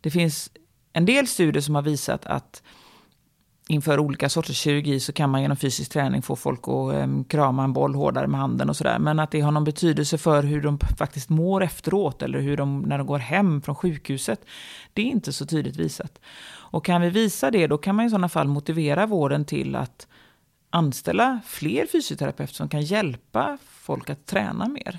Det finns en del studier som har visat att inför olika sorters kirurgi så kan man genom fysisk träning få folk att krama en boll hårdare med handen och sådär. Men att det har någon betydelse för hur de faktiskt mår efteråt eller hur när de går hem från sjukhuset, det är inte så tydligt visat. Och kan vi visa det, då kan man i sådana fall motivera vården till att anställa fler fysioterapeuter som kan hjälpa folk att träna mer.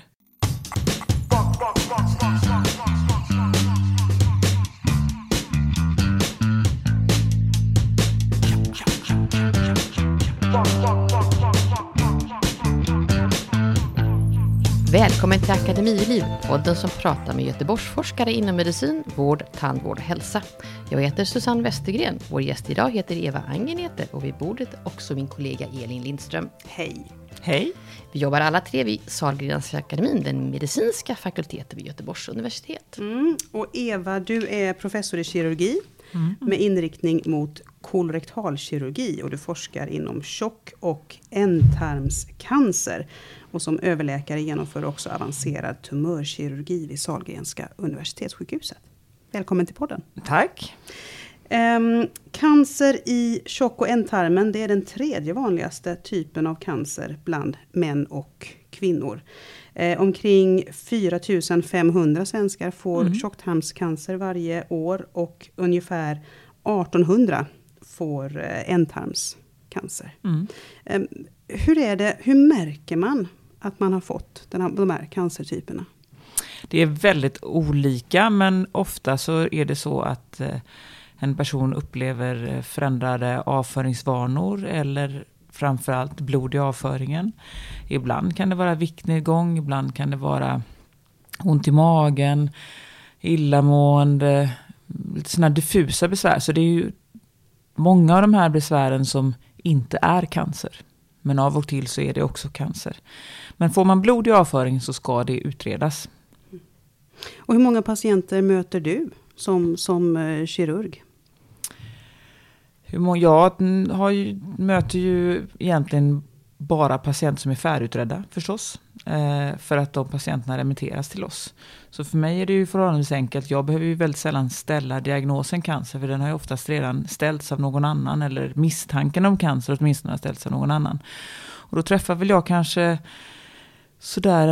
Välkommen till Akademiliv, podden som pratar med Göteborgsforskare inom medicin, vård, tandvård och hälsa. Jag heter Susanne Westergren, vår gäst idag heter Eva Angeneter och vid bordet också min kollega Elin Lindström. Hej! Hej! Vi jobbar alla tre vid Sahlgrenska akademin, den medicinska fakulteten vid Göteborgs universitet. Och Eva, du är professor i kirurgi med inriktning mot kolorektalkirurgi och du forskar inom tjock- och ändtarmscancer. Och som överläkare genomför också avancerad tumörkirurgi vid Sahlgrenska universitetssjukhuset. Välkommen till podden. Tack! Cancer i tjock- och ändtarmen, det är den tredje vanligaste typen av cancer bland män och kvinnor. Omkring 4 500 svenskar får tjocktarmscancer varje år och ungefär 1800 får ändtarmscancer. Hur märker man att man har fått de här cancertyperna? Det är väldigt olika, men ofta så är det så att en person upplever förändrade avföringsvanor eller framförallt blod i avföringen. Ibland kan det vara viktnedgång, ibland kan det vara ont i magen, illamående, lite sådana diffusa besvär. Så det är ju många av de här besvären som inte är cancer. Men av och till så är det också cancer. Men får man blod i avföringen så ska det utredas. Och hur många patienter möter du som kirurg? Jag möter ju egentligen bara patienter som är färdigutredda förstås. För att de patienterna remitteras till oss. Så för mig är det ju förhållandevis enkelt. Jag behöver ju väldigt sällan ställa diagnosen cancer. För den har ju oftast redan ställts av någon annan. Eller misstanken om cancer åtminstone har ställts av någon annan. Och då träffar väl jag kanske sådär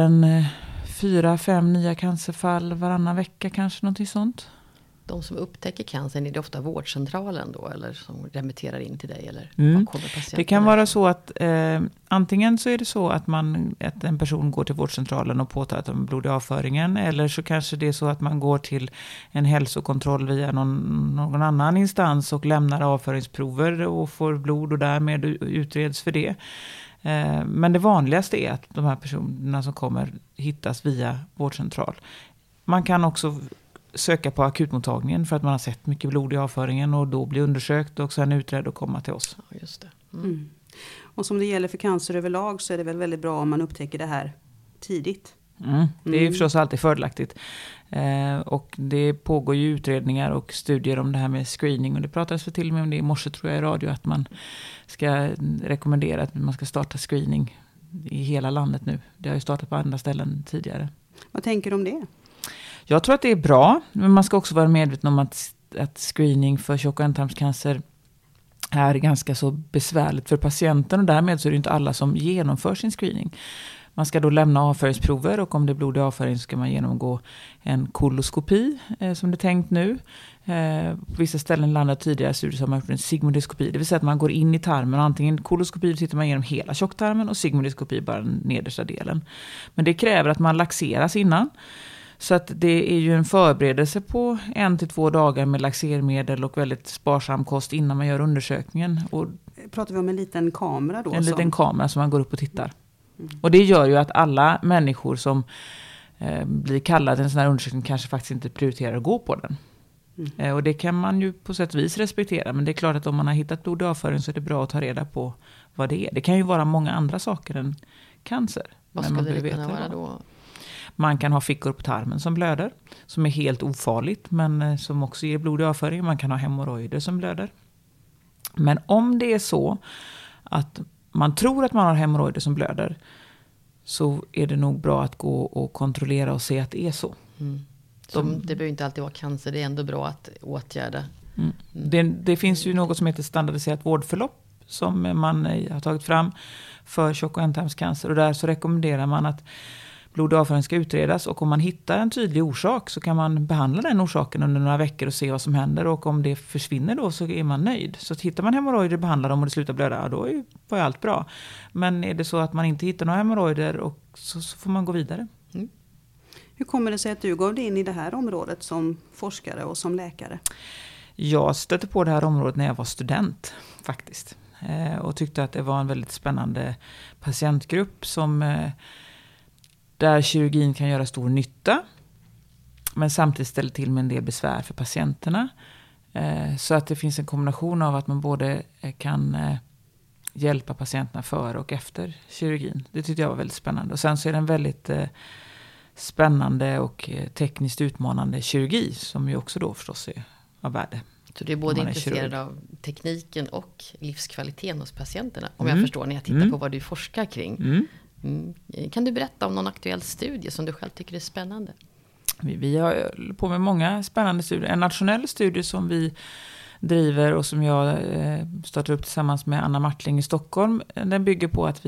4-5 nya cancerfall varannan vecka kanske, någonting sånt. De som upptäcker cancern, är det ofta vårdcentralen då eller som remitterar in till dig? Eller det kan vara så att antingen så är det så att en person går till vårdcentralen och påtalar att de har blod i avföringen. Eller så kanske det är så att man går till en hälsokontroll via någon annan instans och lämnar avföringsprover och får blod och därmed utreds för det. Men det vanligaste är att de här personerna som kommer hittas via vårdcentral. Man kan också söka på akutmottagningen för att man har sett mycket blod i avföringen och då bli undersökt och sen utredd och komma till oss. Ja, just det. Och som det gäller för cancer överlag så är det väl väldigt bra om man upptäcker det här tidigt. Det är ju förstås alltid fördelaktigt. Och det pågår ju utredningar och studier om det här med screening. Och det pratades till och med om det i morse tror jag i radio att man ska rekommendera att man ska starta screening i hela landet nu. Det har ju startat på andra ställen tidigare. Vad tänker du om det? Jag tror att det är bra, men man ska också vara medveten om att screening för tjock- och ändtarmscancer är ganska så besvärligt för patienten och därmed så är det inte alla som genomför sin screening. Man ska då lämna avföringsprover och om det är blod i avföring så ska man genomgå en koloskopi som det är tänkt nu. På vissa ställen i landet tidigare studier har man gjort en sigmoidoskopi. Det vill säga att man går in i tarmen och antingen koloskopi tittar man igenom hela tjocktarmen och sigmoidoskopi bara den nedersta delen. Men det kräver att man laxeras innan. Så att det är ju en förberedelse på 1-2 dagar med laxermedel och väldigt sparsam kost innan man gör undersökningen. Och pratar vi om en liten kamera då? Liten kamera som man går upp och tittar. Och det gör ju att alla människor som blir kallade till en sån här undersökning kanske faktiskt inte prioriterar att gå på den. Och det kan man ju på sätt och vis respektera. Men det är klart att om man har hittat blod i avföring så är det bra att ta reda på vad det är. Det kan ju vara många andra saker än cancer. Vad skulle det kunna vara då? Man kan ha fickor på tarmen som blöder. Som är helt ofarligt men som också ger blod i avföring. Man kan ha hemorrojder som blöder. Men om det är så att man tror att man har hemorrojder som blöder så är det nog bra att gå och kontrollera och se att det är så. Det behöver inte alltid vara cancer, det är ändå bra att åtgärda. Det finns ju något som heter standardiserat vårdförlopp som man har tagit fram för tjock- och ändtarmscancer. Och där så rekommenderar man att blod- och avföring ska utredas. Och om man hittar en tydlig orsak så kan man behandla den orsaken under några veckor och se vad som händer. Och om det försvinner då så är man nöjd. Så hittar man hemorrojder, behandlar dem och det slutar blöda, då var allt bra. Men är det så att man inte hittar några hemorrojder och så får man gå vidare. Hur kommer det sig att du gav dig in i det här området som forskare och som läkare? Jag stötte på det här området när jag var student faktiskt. Och tyckte att det var en väldigt spännande patientgrupp där kirurgin kan göra stor nytta. Men samtidigt ställer till med en del besvär för patienterna. Så att det finns en kombination av att man både kan hjälpa patienterna före och efter kirurgin. Det tyckte jag var väldigt spännande. Och sen så är det en väldigt spännande och tekniskt utmanande kirurgi som ju också då förstås är av värde. Så du är både intresserad av tekniken och livskvaliteten hos patienterna. Om jag förstår när jag tittar på vad du forskar kring. Kan du berätta om någon aktuell studie som du själv tycker är spännande? Vi har på med många spännande studier. En nationell studie som vi driver och som jag startar upp tillsammans med Anna Martling i Stockholm. Den bygger på att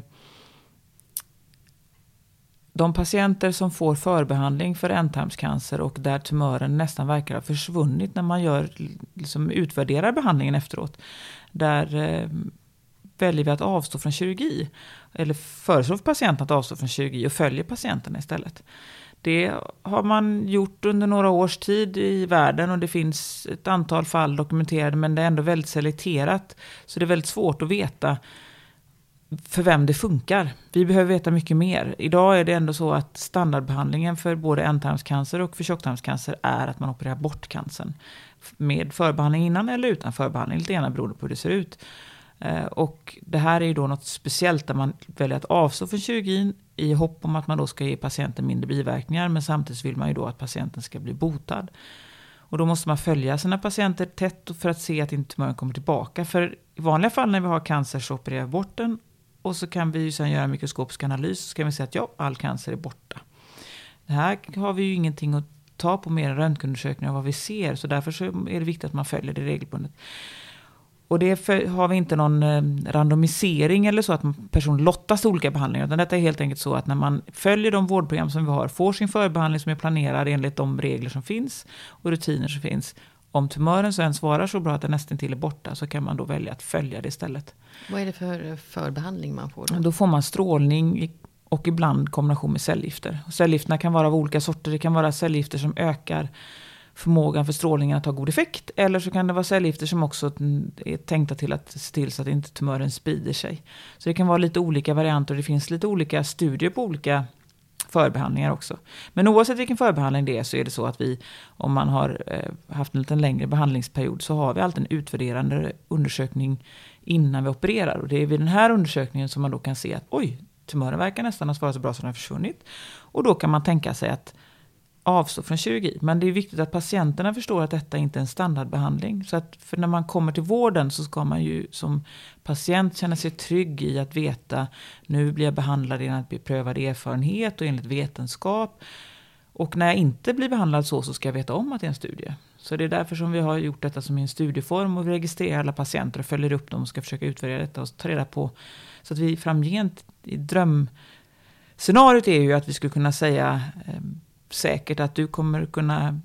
de patienter som får förbehandling för ändtarmscancer och där tumören nästan verkar ha försvunnit när man utvärderar behandlingen efteråt. Där väljer vi att avstå från kirurgi. Eller föreslår för patienten att avstå från kirurgi och följer patienten istället. Det har man gjort under några års tid i världen och det finns ett antal fall dokumenterade, men det är ändå väldigt selekterat. Så det är väldigt svårt att veta för vem det funkar. Vi behöver veta mycket mer. Idag är det ändå så att standardbehandlingen för både ändtarmscancer och för tjocktarmscancer är att man opererar bort cancern. Med förbehandling innan eller utan förbehandling. Lite grann beroende på hur det ser ut. Och det här är ju då något speciellt där man väljer att avstå från kirurgin i hopp om att man då ska ge patienten mindre biverkningar, men samtidigt vill man ju då att patienten ska bli botad. Och då måste man följa sina patienter tätt för att se att inte tumören kommer tillbaka. För i vanliga fall när vi har cancer så opererar vi bort den och så kan vi ju sedan göra mikroskopisk analys så kan vi säga att all cancer är borta. Det här har vi ju ingenting att ta på mer än röntgenundersökningar av vad vi ser, så därför så är det viktigt att man följer det regelbundet. Och det har vi inte någon randomisering eller så att en person lottas olika behandlingar. Utan detta är helt enkelt så att när man följer de vårdprogram som vi har, får sin förbehandling som är planerad enligt de regler som finns och rutiner som finns. Om tumören sen svarar så bra att den nästan till är borta så kan man då välja att följa det istället. Vad är det för förbehandling man får då? Då får man strålning och ibland kombination med cellgifter. Cellgifterna kan vara av olika sorter. Det kan vara cellgifter som ökar förmågan för strålningen att ha god effekt. Eller så kan det vara cellgifter som också är tänkta till att se till så att inte tumören sprider sig. Så det kan vara lite olika varianter och det finns lite olika studier på olika förbehandlingar också. Men oavsett vilken förbehandling det är så är det så att vi, om man har haft en lite längre behandlingsperiod så har vi alltid en utvärderande undersökning innan vi opererar. Och det är vid den här undersökningen som man då kan se att tumören verkar nästan ha svarat så bra som den har försvunnit. Och då kan man tänka sig att avstå från kirurgi. Men det är viktigt att patienterna förstår att detta inte är en standardbehandling. Så att för när man kommer till vården så ska man ju som patient känna sig trygg i att veta nu blir jag behandlad enligt beprövad erfarenhet och enligt vetenskap. Och när jag inte blir behandlad så ska jag veta om att det är en studie. Så det är därför som vi har gjort detta som en studieform och vi registrerar alla patienter och följer upp dem och ska försöka utvärdera detta och ta reda på så att vi framgent i drömscenariot är ju att vi skulle kunna säga säkert att du kommer kunna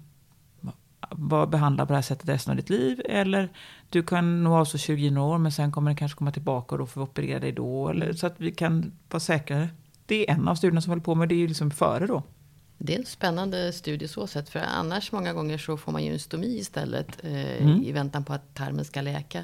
vara behandlad på det här sättet resten av ditt liv. Eller du kan nog avstå 20 år men sen kommer den kanske komma tillbaka och då får vi operera dig då. Eller, så att vi kan vara säkrare. Det är en av studierna som håller på med det är ju liksom före då. Det är en spännande studie så sett. För annars många gånger så får man ju en stomi istället i väntan på att tarmen ska läka.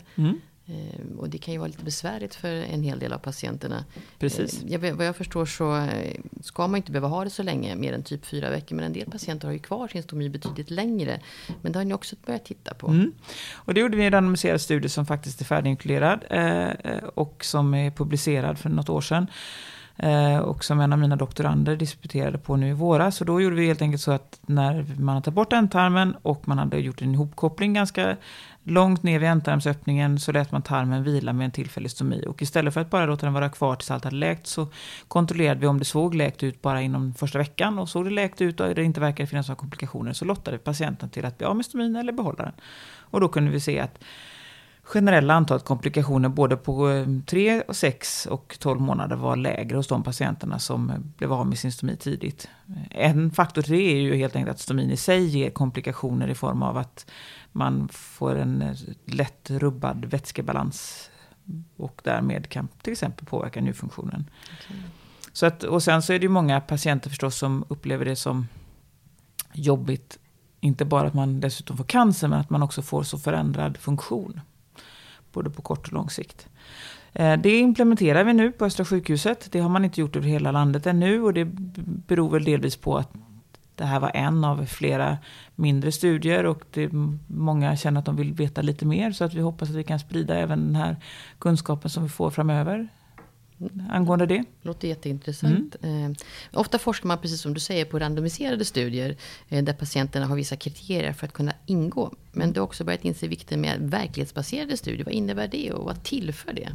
Och det kan ju vara lite besvärligt för en hel del av patienterna. Precis. Vad jag förstår så ska man inte behöva ha det så länge, mer än typ 4 veckor. Men en del patienter har ju kvar sin stomi betydligt längre. Men det har ni också börjat titta på. Och det gjorde vi i en randomiserad studie som faktiskt är färdiginkluderad och som är publicerad för något år sedan. Och som en av mina doktorander disputerade på nu i våras. Så då gjorde vi helt enkelt så att när man hade tagit bort ändtarmen och man hade gjort en ihopkoppling ganska långt ner vid ändtarmsöppningen, så lät man tarmen vila med en tillfällig stomi. Och istället för att bara låta den vara kvar tills allt hade läkt, så kontrollerade vi om det såg läkt ut bara inom första veckan. Och såg det läkt ut och det inte verkade finnas några komplikationer, så lottade patienten till att bli av med stomin eller behålla den. Och då kunde vi se att generella antalet komplikationer både på 3, 6 och 12 månader var lägre hos de patienterna som blev av med sin stomi tidigt. En faktor till det är ju helt enkelt att stomin i sig ger komplikationer i form av att man får en lätt rubbad vätskebalans och därmed kan till exempel påverka njurfunktionen. Okay. Så att, och sen så är det ju många patienter förstås som upplever det som jobbigt, inte bara att man dessutom får cancer, men att man också får så förändrad funktion. Både på kort och lång sikt. Det implementerar vi nu på Östra sjukhuset. Det har man inte gjort över hela landet ännu. Och det beror väl delvis på att det här var en av flera mindre studier. Och många känner att de vill veta lite mer. Så att vi hoppas att vi kan sprida även den här kunskapen som vi får framöver. Angående det. Låter jätteintressant. Ofta forskar man, precis som du säger, på randomiserade studier där patienterna har vissa kriterier för att kunna ingå. Men du har också börjat inse vikten med verklighetsbaserade studier. Vad innebär det och vad tillför det?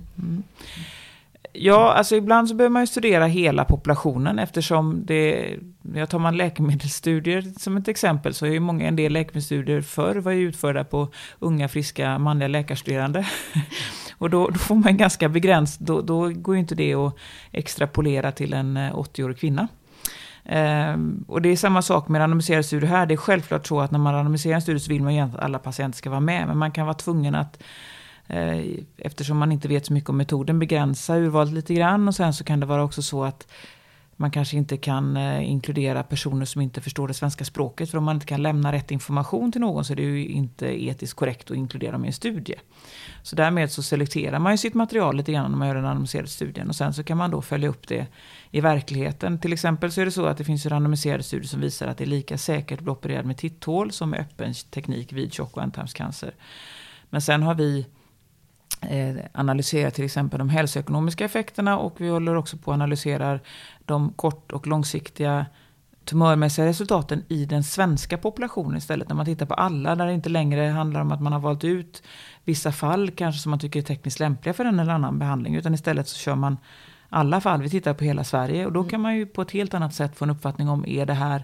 Ja, alltså ibland så behöver man ju studera hela populationen, eftersom tar man läkemedelsstudier som ett exempel, så är ju en del läkemedelsstudier förr var ju utförda på unga, friska, manliga läkarstuderande. Och då får man ganska begränsat, då går ju inte det att extrapolera till en 80-årig kvinna. Och det är samma sak med randomiserade studier här. Det är självklart så att när man randomiserar en studie så vill man ju att alla patienter ska vara med, men man kan vara tvungen att eftersom man inte vet så mycket om metoden begränsa urvalet lite grann, och sen så kan det vara också så att man kanske inte kan inkludera personer som inte förstår det svenska språket, för om man inte kan lämna rätt information till någon så är det ju inte etiskt korrekt att inkludera dem i en studie. Så därmed så selekterar man ju sitt material lite grann när man gör den randomiserade studien, och sen så kan man då följa upp det i verkligheten. Till exempel så är det så att det finns randomiserade studier som visar att det är lika säkert att bli opererad med titthål som med öppen teknik vid tjock- och ändtarmscancer. Men sen har vi analyserar till exempel de hälsoekonomiska effekterna, och vi håller också på att analysera de kort- och långsiktiga tumörmässiga resultaten i den svenska populationen istället. När man tittar på alla, där det inte längre handlar om att man har valt ut vissa fall kanske som man tycker är tekniskt lämpliga för en eller annan behandling, utan istället så kör man alla fall. Vi tittar på hela Sverige, och då kan man ju på ett helt annat sätt få en uppfattning om, är det här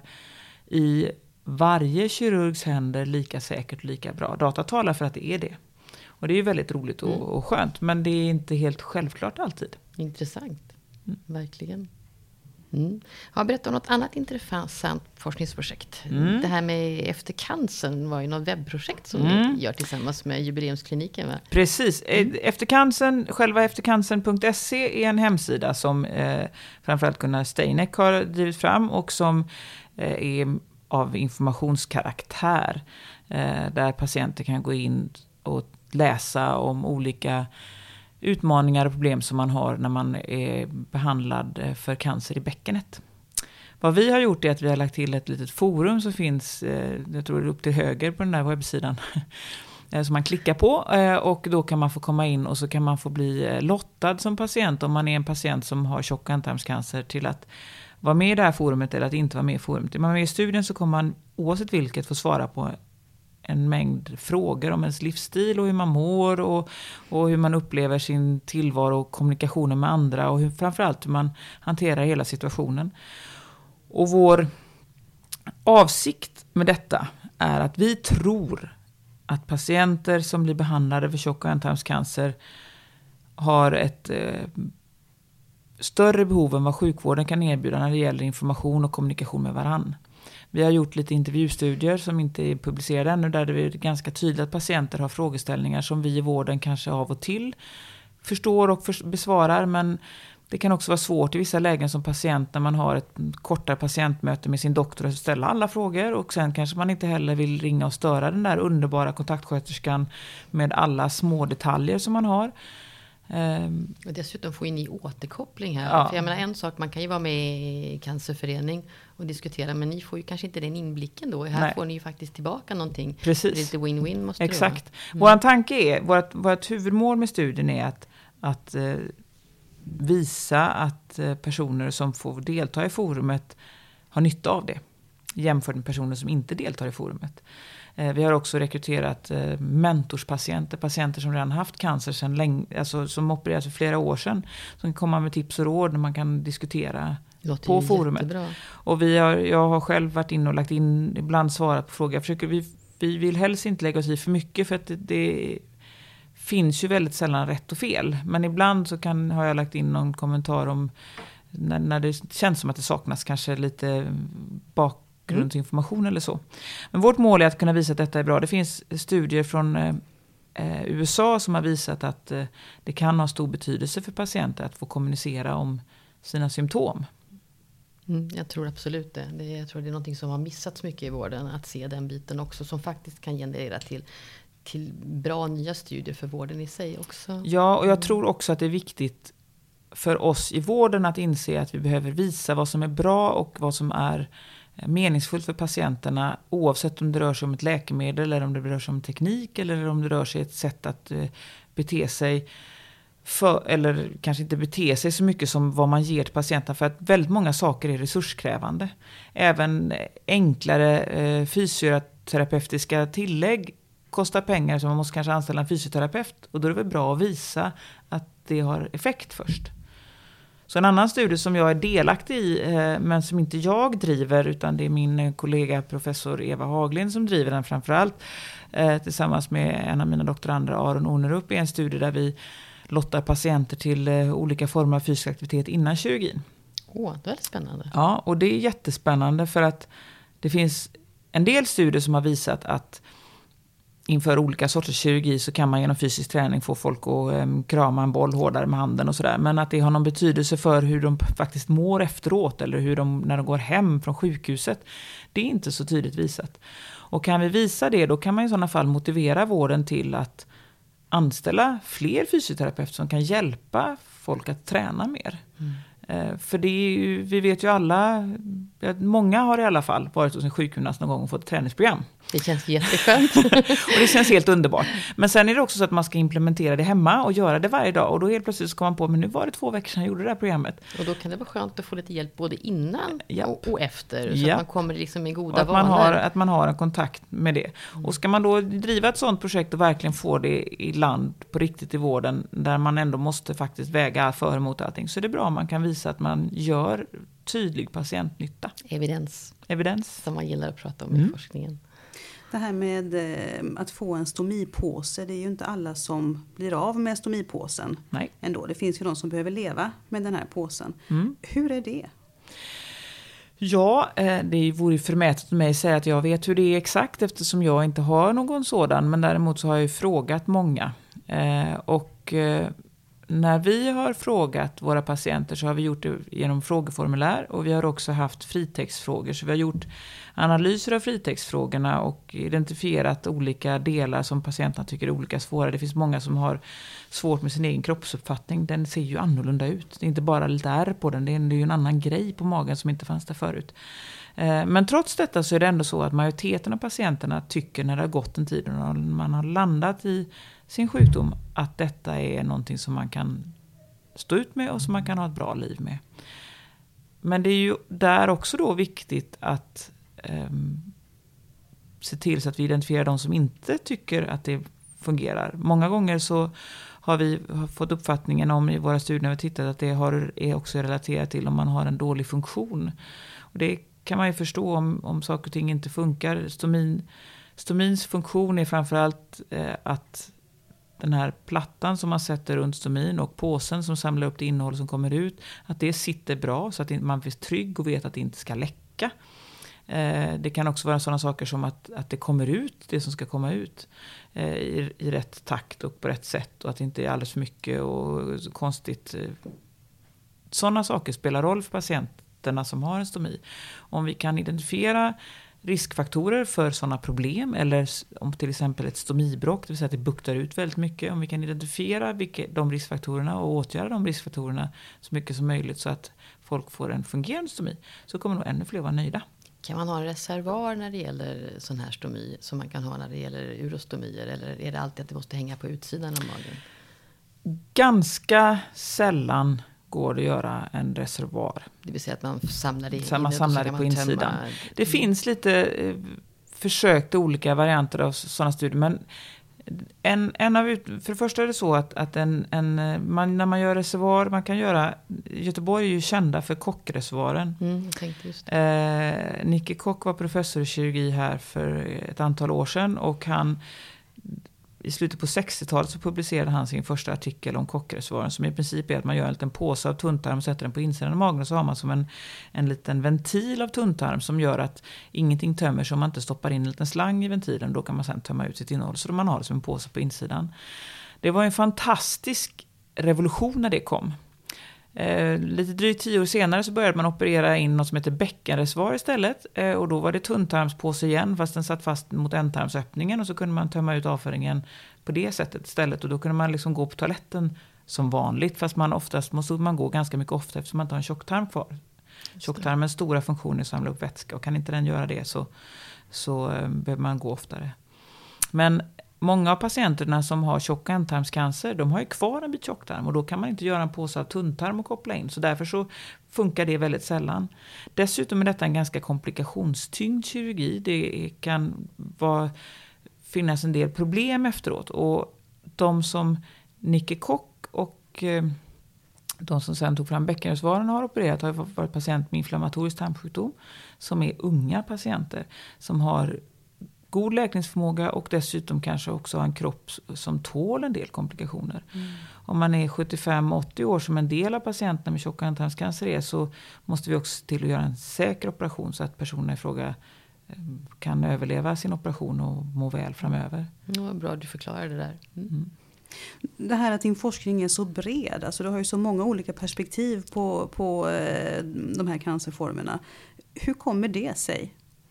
i varje kirurgs händer lika säkert och lika bra? Data talar för att det är det. Och det är ju väldigt roligt och skönt. Men det är inte helt självklart alltid. Intressant. Verkligen. Har jag berättat om något annat intressant forskningsprojekt? Det här med Efter cancern var ju något webbprojekt som ni gör tillsammans med Jubileumskliniken, va? Precis. Själva eftercancern.se är en hemsida som framförallt Gunnar Steineck har drivit fram, och som är av informationskaraktär. Där patienter kan gå in och läsa om olika utmaningar och problem som man har när man är behandlad för cancer i bäckenet. Vad vi har gjort är att vi har lagt till ett litet forum som finns, jag tror det är upp till höger på den där webbsidan, som man klickar på, och då kan man få komma in och så kan man få bli lottad som patient, om man är en patient som har tjock- och ändtarmscancer, till att vara med i det här forumet eller att inte vara med i forumet. Är man med i studien så kommer man oavsett vilket få svara på en mängd frågor om ens livsstil och hur man mår och hur man upplever sin tillvaro och kommunikationen med andra, och framförallt hur man hanterar hela situationen. Och vår avsikt med detta är att vi tror att patienter som blir behandlade för tjock- och ändtarmscancer har ett större behov än vad sjukvården kan erbjuda när det gäller information och kommunikation med varann. Vi har gjort lite intervjustudier som inte är publicerade ännu, där det är ganska tydligt att patienter har frågeställningar som vi i vården kanske av och till förstår och besvarar, men det kan också vara svårt i vissa lägen som patient när man har ett kortare patientmöte med sin doktor och ställa alla frågor, och sen kanske man inte heller vill ringa och störa den där underbara kontaktsköterskan med alla små detaljer som man har. Och dessutom få in i återkoppling här. Ja. För jag menar, en sak, man kan ju vara med i cancerförening och diskutera, men ni får ju kanske inte den inblicken då. Här får ni ju faktiskt tillbaka någonting. Precis. Det är lite win-win måste det Exakt. Vår tanke är, vårt huvudmål med studien är att visa att personer som får delta i forumet har nytta av det jämfört med personer som inte deltar i forumet. Vi har också rekryterat mentorspatienter, patienter som redan haft cancer sedan länge, alltså som opererats för flera år sedan, som kan komma med tips och råd när man kan diskutera på forumet. Jättebra. Och jag har själv varit inne och lagt in, ibland svarat på frågor. Vi vill helst inte lägga oss i för mycket, för att det finns ju väldigt sällan rätt och fel. Men ibland så har jag lagt in någon kommentar om när det känns som att det saknas kanske lite bakgrundsinformation eller så. Men vårt mål är att kunna visa att detta är bra. Det finns studier från USA som har visat att det kan ha stor betydelse för patienter att få kommunicera om sina symptom. Jag tror absolut det. Jag tror det är något som har missats mycket i vården, att se den biten också, som faktiskt kan generera till bra nya studier för vården i sig också. Ja, och jag tror också att det är viktigt för oss i vården att inse att vi behöver visa vad som är bra och vad som är meningsfullt för patienterna, oavsett om det rör sig om ett läkemedel eller om det rör sig om teknik eller om det rör sig om ett sätt att bete sig eller kanske inte bete sig så mycket som vad man ger till patienterna, för att väldigt många saker är resurskrävande. Även enklare fysioterapeutiska tillägg kostar pengar, så man måste kanske anställa en fysioterapeut, och då är det väl bra att visa att det har effekt först. Så en annan studie som jag är delaktig i, men som inte jag driver, utan det är min kollega professor Eva Haglind som driver den framförallt, tillsammans med en av mina doktorander Aron Onerup, är en studie där vi lottar patienter till olika former av fysisk aktivitet innan kirurgin. Det är spännande. Ja, och det är jättespännande, för att det finns en del studier som har visat att inför olika sorters kirurgi så kan man genom fysisk träning få folk att krama en boll hårdare med handen och sådär. Men att det har någon betydelse för hur de faktiskt mår efteråt, eller hur när de går hem från sjukhuset, det är inte så tydligt visat. Och kan vi visa det, då kan man i sådana fall motivera vården till att anställa fler fysioterapeuter som kan hjälpa folk att träna mer. För det är ju, vi vet ju alla, många har i alla fall varit hos en sjukgymnast någon gång och fått ett träningsprogram. Det känns jätteskönt. Och det känns helt underbart. Men sen är det också så att man ska implementera det hemma och göra det varje dag. Och då helt plötsligt så kommer man på, men nu var det 2 veckor sedan jag gjorde det här programmet. Och då kan det vara skönt att få lite hjälp både innan och efter. Så att man kommer liksom med goda vanor. Att man har en kontakt med det. Och ska man då driva ett sådant projekt och verkligen få det i land på riktigt i vården, där man ändå måste faktiskt väga för emot allting, så är det bra om man kan visa att man gör tydlig patientnytta. Evidens. Som man gillar att prata om i forskningen. Det här med att få en stomipåse, det är ju inte alla som blir av med stomipåsen. Nej. Ändå. Det finns ju de som behöver leva med den här påsen. Hur är det? Ja, det vore ju förmätet med mig att säga att jag vet hur det är exakt, eftersom jag inte har någon sådan. Men däremot så har jag ju frågat många. När vi har frågat våra patienter så har vi gjort det genom frågeformulär, och vi har också haft fritextfrågor. Så vi har gjort analyser av fritextfrågorna och identifierat olika delar som patienterna tycker är olika svåra. Det finns många som har svårt med sin egen kroppsuppfattning. Den ser ju annorlunda ut. Det är inte bara lite ärr på den, det är ju en annan grej på magen som inte fanns där förut. Men trots detta så är det ändå så att majoriteten av patienterna tycker, när det har gått en tid och man har landat i sin sjukdom, att detta är någonting som man kan stå ut med och som man kan ha ett bra liv med. Men det är ju där också då viktigt att se till så att vi identifierar de som inte tycker att det fungerar. Många gånger så har vi fått uppfattningen om i våra studier när vi tittat att det är också relaterat till om man har en dålig funktion. Och det kan man ju förstå om saker och ting inte funkar. Stomins funktion är framförallt att den här plattan som man sätter runt stomin och påsen som samlar upp det innehåll som kommer ut, att det sitter bra så att man blir trygg och vet att det inte ska läcka. Det kan också vara sådana saker som att det kommer ut det som ska komma ut i rätt takt och på rätt sätt, och att det inte är alldeles för mycket och konstigt. Sådana saker spelar roll för patienterna som har en stomi. Om vi kan identifiera riskfaktorer för sådana problem, eller om till exempel ett stomibråck, det vill säga att det buktar ut väldigt mycket, om vi kan identifiera de riskfaktorerna och åtgärda de riskfaktorerna så mycket som möjligt så att folk får en fungerande stomi, så kommer nog ännu fler vara nöjda. Kan man ha en reservoar när det gäller sån här stomi som man kan ha när det gäller urostomier, eller är det alltid att det måste hänga på utsidan av magen? Ganska sällan går det att göra en reservoar. Det vill säga att man samlar det så man samlar det på insidan. Det finns lite försök till olika varianter av sådana studier. Men för det första är det så att när man gör reservoar, man kan göra, Göteborg är ju kända för Kockreservoaren. Jag tänkte just det. Nicke Kock var professor i kirurgi här för ett antal år sedan, och han i slutet på 60-talet så publicerade han sin första artikel om Kockreservoaren, som i princip är att man gör en liten påse av tunntarm och sätter den på insidan av magen, och så har man som en liten ventil av tunntarm som gör att ingenting tömmer sig om man inte stoppar in en liten slang i ventilen. Då kan man sedan tömma ut sitt innehåll, så man har det som en påse på insidan. Det var en fantastisk revolution när det kom. Lite drygt 10 år senare så började man operera in något som heter bäckenreservoar istället, och då var det tunntarmspåse igen, fast den satt fast mot ändtarmsöppningen, och så kunde man tömma ut avföringen på det sättet istället, och då kunde man liksom gå på toaletten som vanligt, fast oftast måste man gå ganska mycket ofta eftersom man inte har en tjocktarm kvar. Tjocktarmens stora funktion är att samla upp vätska, och kan inte den göra det så behöver man gå oftare. Men många av patienterna som har tjock ändtarmscancer, de har ju kvar en bit tjocktarm, och då kan man inte göra en påse av tunntarm och koppla in. Så därför så funkar det väldigt sällan. Dessutom är detta en ganska komplikationstyngd kirurgi. Det kan finnas en del problem efteråt. Och de som Nicke Kock och de som sedan tog fram bäckenreservoaren har opererat har varit patient med inflammatorisk tarmsjukdom, som är unga patienter som har god läkningsförmåga och dessutom kanske också har en kropp som tål en del komplikationer. Om man är 75-80 år, som en del av patienterna med tjock ändtarmscancer är, så måste vi också till att göra en säker operation så att personerna i fråga kan överleva sin operation och må väl framöver. Ja, bra, du förklarar det där. Det här att din forskning är så bred, alltså du har ju så många olika perspektiv på de här cancerformerna. Hur kommer det sig?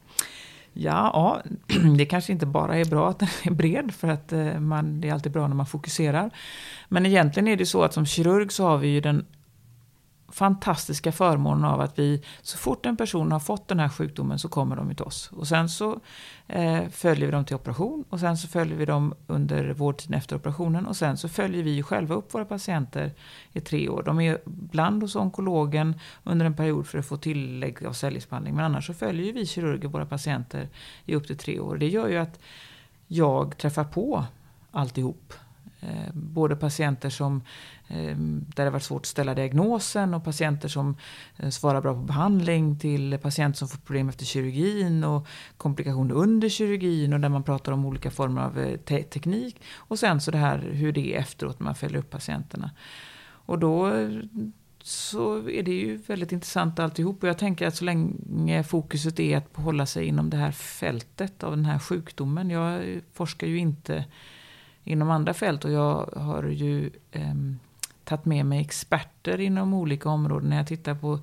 Ja, det kanske inte bara är bra att den är bred, för att det är alltid bra när man fokuserar. Men egentligen är det så att som kirurg så har vi ju den fantastiska förmånen av att så fort en person har fått den här sjukdomen så kommer de till oss. Och sen så följer vi dem till operation, och sen så följer vi dem under vårdtiden efter operationen, och sen så följer vi själva upp våra patienter i 3 år. De är bland hos onkologen under en period för att få tillägg av cellgiftsbehandling, men annars så följer vi kirurger våra patienter i upp till 3 år. Det gör ju att jag träffar på alltihop. Både patienter som där det varit svårt att ställa diagnosen, och patienter som svarar bra på behandling, till patienter som får problem efter kirurgin och komplikationer under kirurgin, och där man pratar om olika former av teknik, och sen så det här hur det är efteråt när man följer upp patienterna. Och då så är det ju väldigt intressant alltihop, och jag tänker att så länge fokuset är att hålla sig inom det här fältet av den här sjukdomen. Jag forskar ju inte inom andra fält, och jag har ju tagit med mig experter inom olika områden när jag tittar på.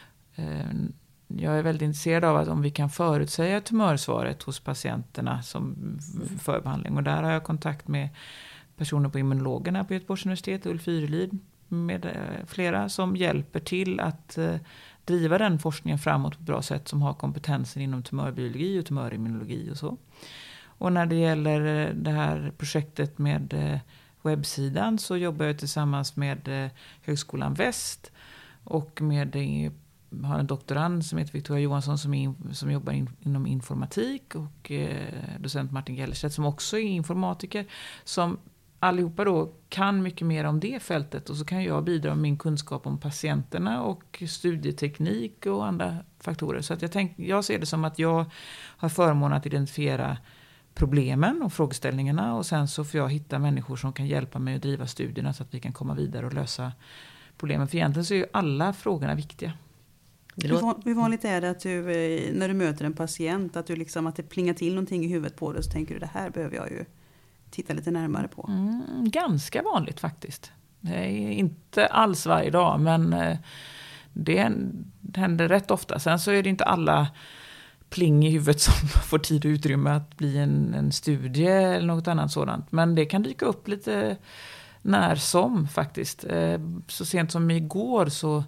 Jag är väldigt intresserad av att om vi kan förutsäga tumörsvaret hos patienterna som förbehandling, och där har jag kontakt med personer på immunologerna på Göteborgs universitet, Ulf Yrelid med flera, som hjälper till att driva den forskningen framåt på ett bra sätt, som har kompetensen inom tumörbiologi och tumörimmunologi och så. Och när det gäller det här projektet med webbsidan så jobbar jag tillsammans med Högskolan Väst, och har en doktorand som heter Victoria Johansson som jobbar inom informatik, och docent Martin Gellerstedt som också är informatiker, som allihopa då kan mycket mer om det fältet, och så kan jag bidra med min kunskap om patienterna och studieteknik och andra faktorer. Så att jag ser det som att jag har förmånen att identifiera problemen och frågeställningarna, och sen så får jag hitta människor som kan hjälpa mig att driva studierna så att vi kan komma vidare och lösa problemen. För egentligen så är ju alla frågorna viktiga. Hur vanligt är det att du, när du möter en patient, att det plingar till någonting i huvudet på dig, så tänker du, det här behöver jag ju titta lite närmare på? Ganska vanligt faktiskt. Det är inte alls varje dag, men det händer rätt ofta. Sen så är det inte alla pling i huvudet som får tid och utrymme att bli en studie eller något annat sådant. Men det kan dyka upp lite när som faktiskt. Så sent som igår så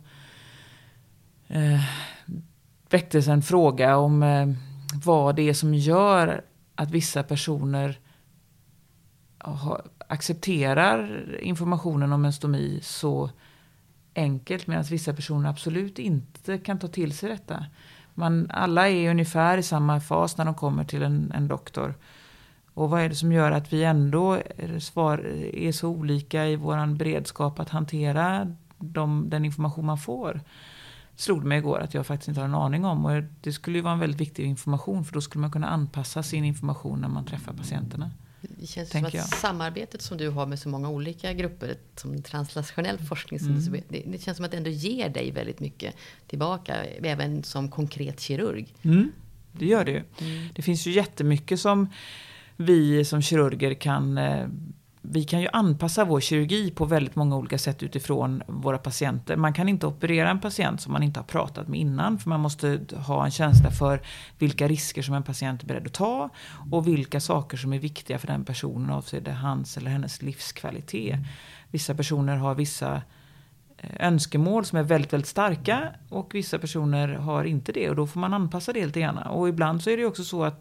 väcktes en fråga om vad det är som gör att vissa personer accepterar informationen om en stomi så enkelt, medan vissa personer absolut inte kan ta till sig detta. Alla är ungefär i samma fas när de kommer till en doktor. Och vad är det som gör att vi ändå är så olika i våran beredskap att hantera den information man får? Slog mig igår att jag faktiskt inte har en aning om. Och det skulle ju vara en väldigt viktig information, för då skulle man kunna anpassa sin information när man träffar patienterna. Det känns som att samarbetet som du har med så många olika grupper, som transnationell forskning, det känns som att det ändå ger dig väldigt mycket tillbaka, även som konkret kirurg. Det gör det ju. Det finns ju jättemycket som vi som kirurger vi kan ju anpassa vår kirurgi på väldigt många olika sätt utifrån våra patienter. Man kan inte operera en patient som man inte har pratat med innan, för man måste ha en känsla för vilka risker som en patient är beredd att ta och vilka saker som är viktiga för den personen avseende hans eller hennes livskvalitet. Vissa personer har vissa önskemål som är väldigt, väldigt starka, och vissa personer har inte det, och då får man anpassa det lite grann. Och ibland så är det också så att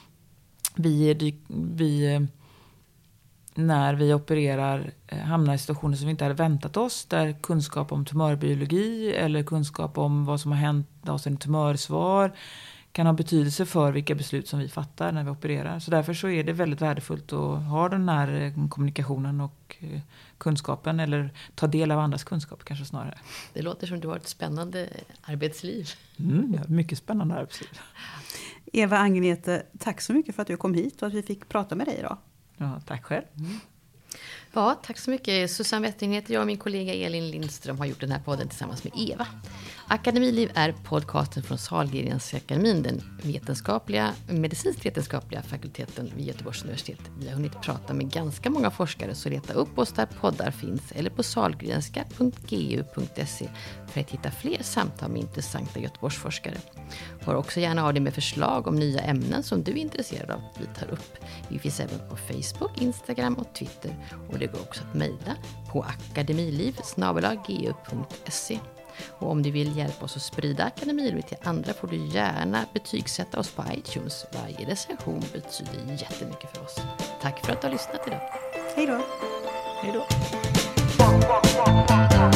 vi när vi opererar hamnar i situationer som vi inte hade väntat oss, där kunskap om tumörbiologi eller kunskap om vad som har hänt hos en tumörsvar kan ha betydelse för vilka beslut som vi fattar när vi opererar. Så därför så är det väldigt värdefullt att ha den här kommunikationen och kunskapen, eller ta del av andras kunskap kanske snarare. Det låter som du har ett spännande arbetsliv. Ja, mycket spännande arbetsliv. Eva Angenete, tack så mycket för att du kom hit och att vi fick prata med dig idag. Ja, tack själv. Ja, tack så mycket. Susanne Westring heter jag, och min kollega Elin Lindström har gjort den här podden tillsammans med Eva. Akademiliv är podcasten från Sahlgrenska akademin, den medicinskt vetenskapliga fakulteten vid Göteborgs universitet. Vi har hunnit prata med ganska många forskare, så leta upp oss där poddar finns eller på sahlgrenska.gu.se för att hitta fler samtal med intressanta Göteborgsforskare. Hör också gärna av dig med förslag om nya ämnen som du är intresserad av att vi tar upp. Vi finns även på Facebook, Instagram och Twitter, och det går också att mejla på akademiliv@gu.se. Och om du vill hjälpa oss att sprida Akademiliv till andra får du gärna betygsätta oss på iTunes. Varje recension betyder jättemycket för oss. Tack för att du har lyssnat idag. Hej då. Hej då.